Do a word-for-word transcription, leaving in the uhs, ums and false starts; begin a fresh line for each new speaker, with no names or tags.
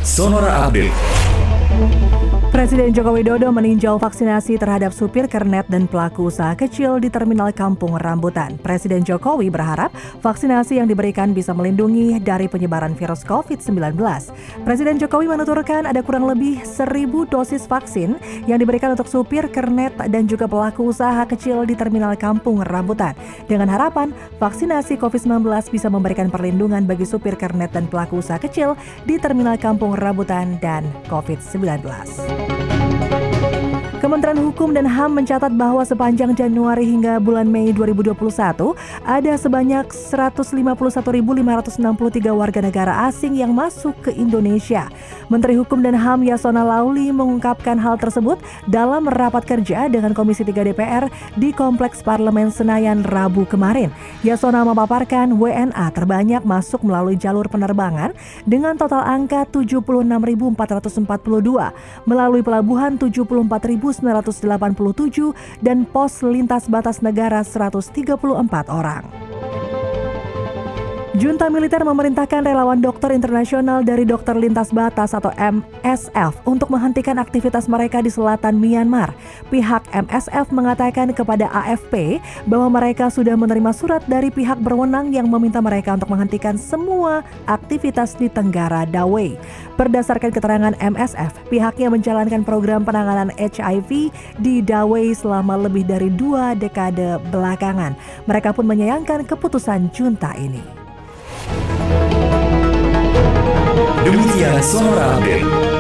Sonora Update.
Presiden Joko Widodo meninjau vaksinasi terhadap supir kernet dan pelaku usaha kecil di Terminal Kampung Rambutan. Presiden Jokowi berharap vaksinasi yang diberikan bisa melindungi dari penyebaran virus covid sembilan belas. Presiden Jokowi menuturkan ada kurang lebih seribu dosis vaksin yang diberikan untuk supir kernet dan juga pelaku usaha kecil di Terminal Kampung Rambutan. Dengan harapan vaksinasi covid sembilan belas bisa memberikan perlindungan bagi supir kernet dan pelaku usaha kecil di Terminal Kampung Rambutan dan covid sembilan belas. Kementerian Hukum dan H A M mencatat bahwa sepanjang Januari hingga bulan Mei dua ribu dua puluh satu ada sebanyak seratus lima puluh satu ribu lima ratus enam puluh tiga warga negara asing yang masuk ke Indonesia. Menteri Hukum dan H A M Yasona Lauli mengungkapkan hal tersebut dalam rapat kerja dengan Komisi tiga D P R di Kompleks Parlemen Senayan Rabu kemarin. Yasona memaparkan W N A terbanyak masuk melalui jalur penerbangan dengan total angka tujuh puluh enam ribu empat ratus empat puluh dua, melalui pelabuhan tujuh puluh empat ribu sembilan ratus delapan puluh tujuh dan pos lintas batas negara seratus tiga puluh empat orang. Junta militer memerintahkan relawan dokter internasional dari Dokter Lintas Batas atau M S F untuk menghentikan aktivitas mereka di selatan Myanmar. Pihak M S F mengatakan kepada A F P bahwa mereka sudah menerima surat dari pihak berwenang yang meminta mereka untuk menghentikan semua aktivitas di Tenggara Dawei. Berdasarkan keterangan M S F, pihaknya menjalankan program penanganan H I V di Dawei selama lebih dari dua dekade belakangan. Mereka pun menyayangkan keputusan junta ini.
Demikian Sonora Update.